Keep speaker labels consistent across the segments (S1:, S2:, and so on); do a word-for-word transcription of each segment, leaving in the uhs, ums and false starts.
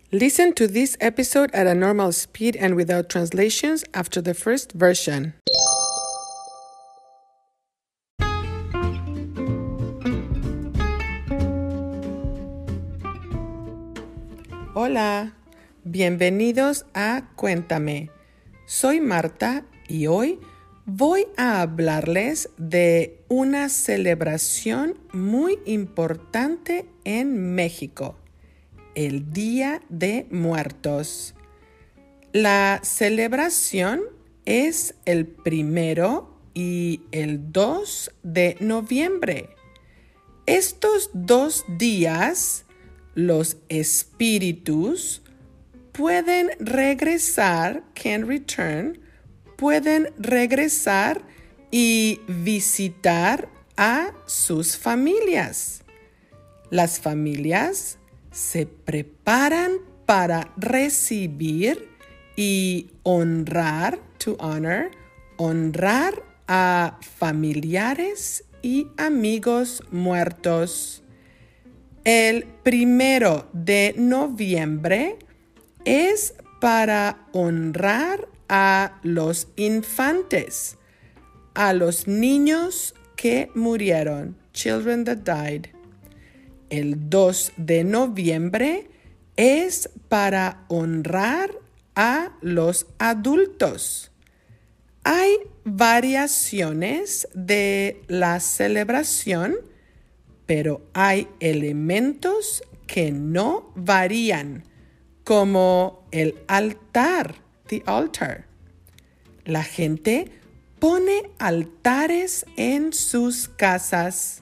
S1: Listen to this episode at a normal speed and without translations after the first version. Hola, bienvenidos a Cuéntame. Soy Marta y hoy voy a hablarles de una celebración muy importante en México. El Día de Muertos. La celebración es el primero y el dos de noviembre. Estos dos días, los espíritus pueden regresar, can return, pueden regresar y visitar a sus familias. Las familias se preparan para recibir y honrar, to honor, honrar a familiares y amigos muertos. El primero de noviembre es para honrar a los infantes, a los niños que murieron, children that died. El dos de noviembre es para honrar a los adultos. Hay variaciones de la celebración, pero hay elementos que no varían, como el altar, the altar. La gente pone altares en sus casas.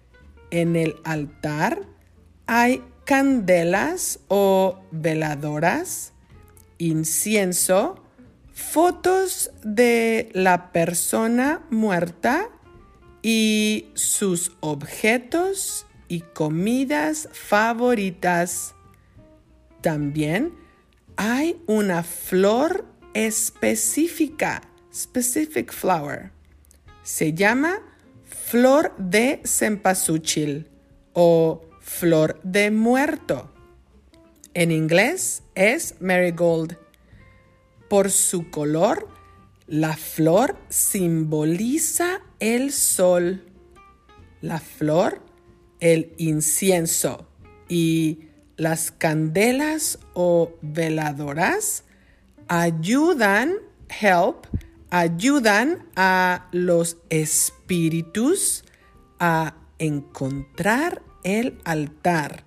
S1: En el altar hay candelas o veladoras, incienso, fotos de la persona muerta y sus objetos y comidas favoritas. También hay una flor específica, specific flower. Se llama flor de cempasúchil o flor de muerto. En inglés es marigold. Por su color, la flor simboliza el sol. La flor, el incienso y las candelas o veladoras ayudan, help, ayudan a los espíritus a encontrar el altar.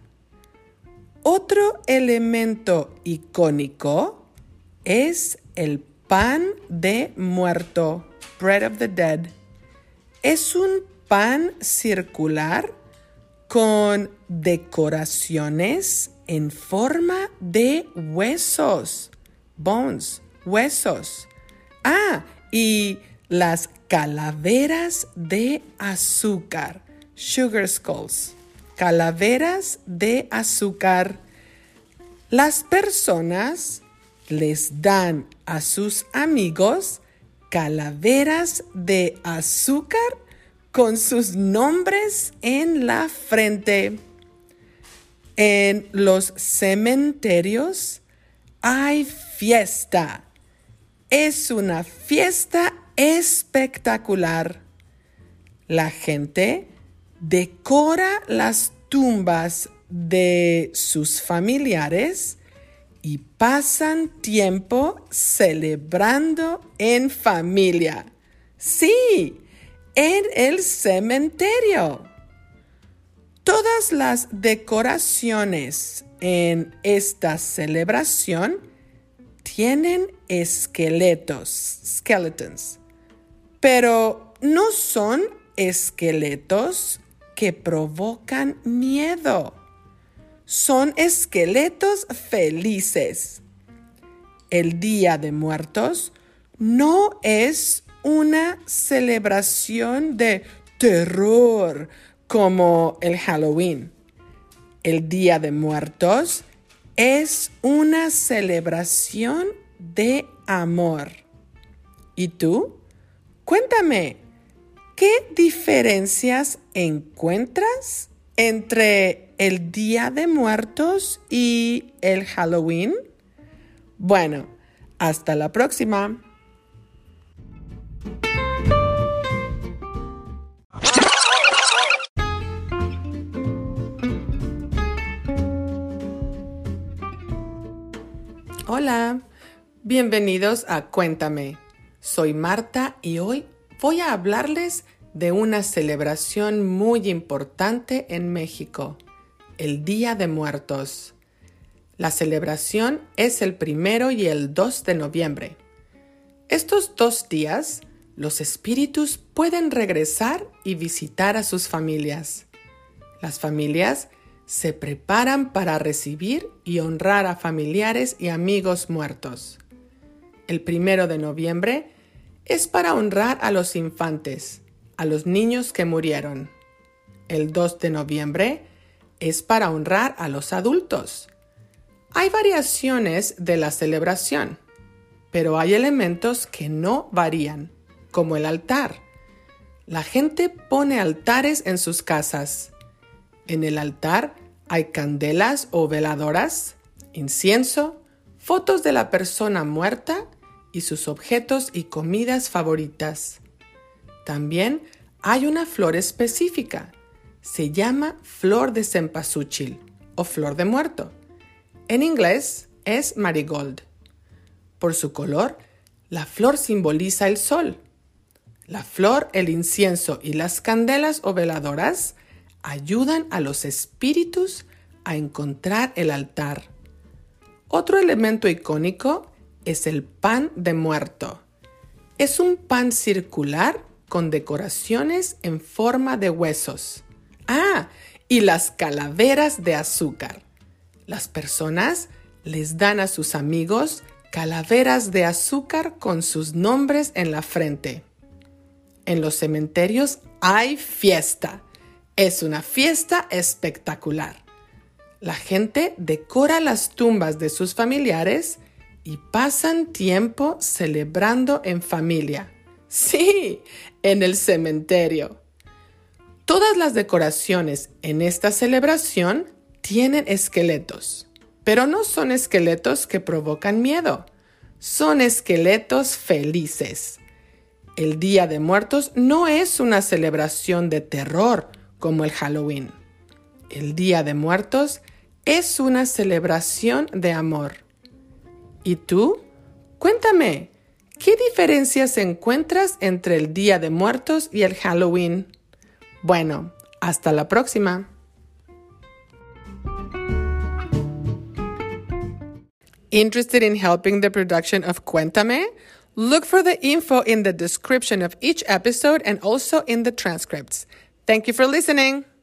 S1: Otro elemento icónico es el pan de muerto, bread of the dead. Es un pan circular con decoraciones en forma de huesos, bones, huesos. Ah, y las calaveras de azúcar, sugar skulls, calaveras de azúcar. Las personas les dan a sus amigos calaveras de azúcar con sus nombres en la frente. En los cementerios hay fiesta. Es una fiesta espectacular. La gente decora las tumbas de sus familiares y pasan tiempo celebrando en familia. Sí, en el cementerio. Todas las decoraciones en esta celebración tienen esqueletos, skeletons, pero no son esqueletos que provocan miedo. Son esqueletos felices. El Día de Muertos no es una celebración de terror como el Halloween. El Día de Muertos es una celebración de amor. ¿Y tú? Cuéntame, ¿qué diferencias encuentras entre el Día de Muertos y el Halloween? Bueno, hasta la próxima. Hola, bienvenidos a Cuéntame. Soy Marta y hoy voy a hablarles de una celebración muy importante en México, el Día de Muertos. La celebración es el primero y el dos de noviembre. Estos dos días, los espíritus pueden regresar y visitar a sus familias. Las familias se preparan para recibir y honrar a familiares y amigos muertos. El primero de noviembre es para honrar a los infantes, a los niños que murieron. El dos de noviembre es para honrar a los adultos. Hay variaciones de la celebración, pero hay elementos que no varían, como el altar. La gente pone altares en sus casas. En el altar hay candelas o veladoras, incienso, fotos de la persona muerta y sus objetos y comidas favoritas. También hay una flor específica. Se llama flor de cempasúchil o flor de muerto. En inglés es marigold. Por su color, la flor simboliza el sol. La flor, el incienso y las candelas o veladoras ayudan a los espíritus a encontrar el altar. Otro elemento icónico es el pan de muerto. Es un pan circular con decoraciones en forma de huesos. Ah, y las calaveras de azúcar. Las personas les dan a sus amigos calaveras de azúcar con sus nombres en la frente. En los cementerios hay fiesta. Es una fiesta espectacular. La gente decora las tumbas de sus familiares y pasan tiempo celebrando en familia. Sí, en el cementerio. Todas las decoraciones en esta celebración tienen esqueletos, pero no son esqueletos que provocan miedo. Son esqueletos felices. El Día de Muertos no es una celebración de terror como el Halloween. El Día de Muertos es una celebración de amor. ¿Y tú? Cuéntame, ¿qué diferencias encuentras entre el Día de Muertos y el Halloween? Bueno, hasta la próxima. Interested in helping the production of Cuéntame? Look for the info in the description of each episode and also in the transcripts. Thank you for listening.